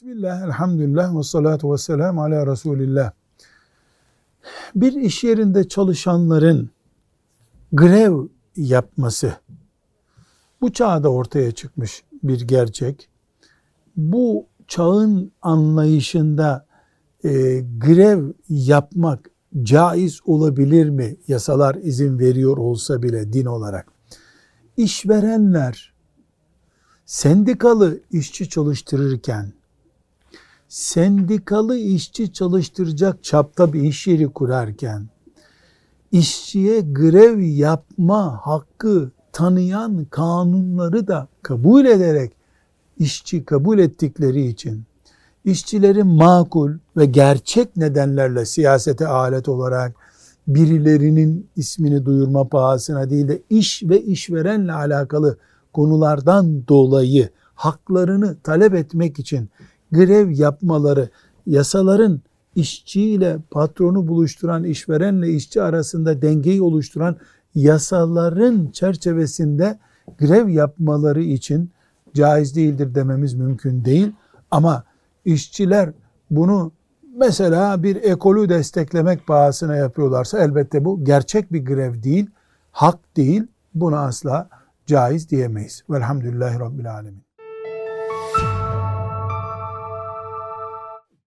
Bismillah, elhamdülillah ve salatu ve selamu ala Resulillah. Bir iş yerinde çalışanların grev yapması, bu çağda ortaya çıkmış bir gerçek. Bu çağın anlayışında grev yapmak caiz olabilir mi? Yasalar izin veriyor olsa bile din olarak. İşverenler sendikalı işçi çalıştırırken, sendikalı işçi çalıştıracak çapta bir iş yeri kurarken, işçiye grev yapma hakkı tanıyan kanunları da kabul ederek, işçi kabul ettikleri için, işçilerin makul ve gerçek nedenlerle siyasete alet olarak, birilerinin ismini duyurma pahasına değil de iş ve işverenle alakalı konulardan dolayı haklarını talep etmek için grev yapmaları, yasaların işçiyle patronu buluşturan, işverenle işçi arasında dengeyi oluşturan yasaların çerçevesinde grev yapmaları için caiz değildir dememiz mümkün değil. Ama işçiler bunu mesela bir ekolü desteklemek pahasına yapıyorlarsa elbette bu gerçek bir grev değil, hak değil. Buna asla caiz diyemeyiz. Velhamdülillahi Rabbil Alemin.